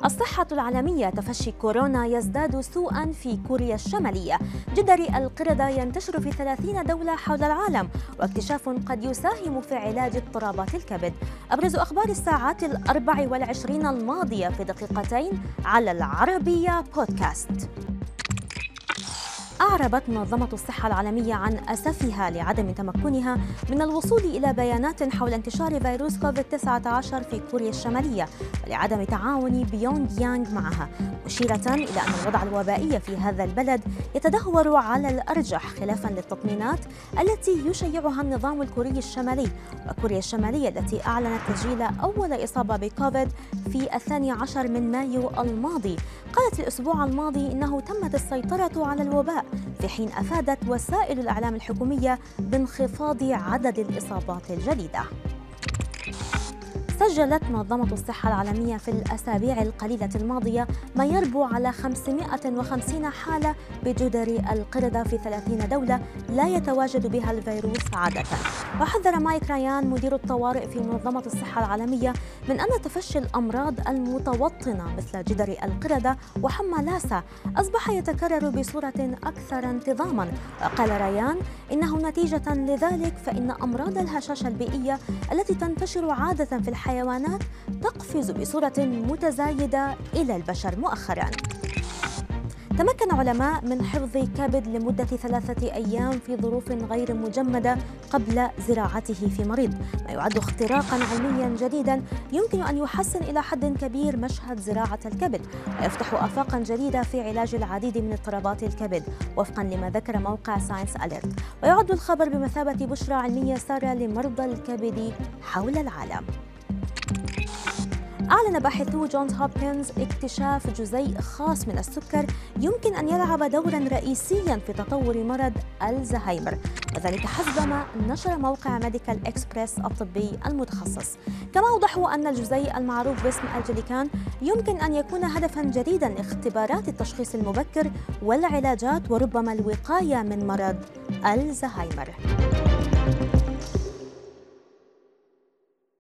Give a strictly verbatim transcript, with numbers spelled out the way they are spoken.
الصحة العالمية: تفشي كورونا يزداد سوءاً في كوريا الشمالية. جدري القردة ينتشر في ثلاثين دولة حول العالم، واكتشاف قد يساهم في علاج اضطرابات الكبد. أبرز أخبار الساعات الأربع والعشرين الماضية في دقيقتين على العربية بودكاست. أعربت منظمة الصحة العالمية عن أسفها لعدم تمكنها من الوصول إلى بيانات حول انتشار فيروس كوفيد تسعة عشر في كوريا الشمالية، ولعدم تعاون بيونغ يانغ معها، مشيرة إلى أن الوضع الوبائي في هذا البلد يتدهور على الأرجح خلافاً للتطمينات التي يشيعها النظام الكوري الشمالي. وكوريا الشمالية التي أعلنت تسجيل أول إصابة بكوفيد في الثاني عشر من مايو الماضي، قالت الأسبوع الماضي إنه تمت السيطرة على الوباء، في حين أفادت وسائل الإعلام الحكومية بانخفاض عدد الإصابات الجديدة. سجلت منظمة الصحة العالمية في الأسابيع القليلة الماضية ما يربو على خمسمائة وخمسين حالة بجدري القردة في ثلاثين دولة لا يتواجد بها الفيروس عادة. وحذر مايك رايان مدير الطوارئ في منظمة الصحة العالمية من أن تفشي الأمراض المتوطنة مثل جدري القردة وحمى لاسا أصبح يتكرر بصورة أكثر انتظاما. وقال رايان إنه نتيجة لذلك فإن أمراض الهشاشة البيئية التي تنتشر عادة في الحيوانات تقفز بصورة متزايدة إلى البشر مؤخراً. تمكن علماء من حفظ كبد لمدة ثلاثة أيام في ظروف غير مجمدة قبل زراعته في مريض، ما يعد اختراقاً علمياً جديداً يمكن أن يحسن إلى حد كبير مشهد زراعة الكبد، ويفتح آفاقاً جديدة في علاج العديد من اضطرابات الكبد، وفقاً لما ذكر موقع ساينس أليرت. ويعد الخبر بمثابة بشرى علمية سارة لمرضى الكبد حول العالم. أعلن باحثو جونز هوبكنز اكتشاف جزيء خاص من السكر يمكن أن يلعب دورا رئيسيا في تطور مرض الزهايمر، وذلك حسب ما نشر موقع ميديكال إكسبريس الطبي المتخصص. كما أوضحوا أن الجزيء المعروف باسم الجليكان يمكن أن يكون هدفا جديدا لاختبارات التشخيص المبكر والعلاجات وربما الوقاية من مرض الزهايمر.